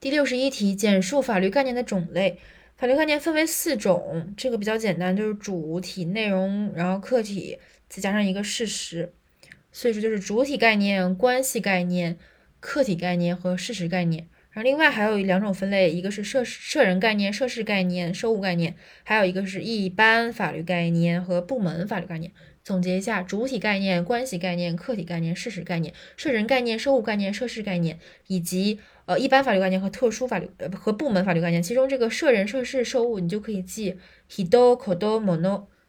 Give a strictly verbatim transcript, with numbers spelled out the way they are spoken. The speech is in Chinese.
第六十一题，简述法律概念的种类。法律概念分为四种，这个比较简单，就是主体、内容，然后客体，再加上一个事实。所以说就是主体概念、关系概念、客体概念和事实概念。然后另外还有两种分类，一个是涉涉人概念、涉事概念、收物概念，还有一个是一般法律概念和部门法律概念。总结一下：主体概念、关系概念、客体概念、事实概念、涉人概念、收物概念、涉事概念，以及呃一般法律概念和特殊法律呃和部门法律概念。其中这个涉人、涉事、收物，你就可以记 hido、kodo、mono。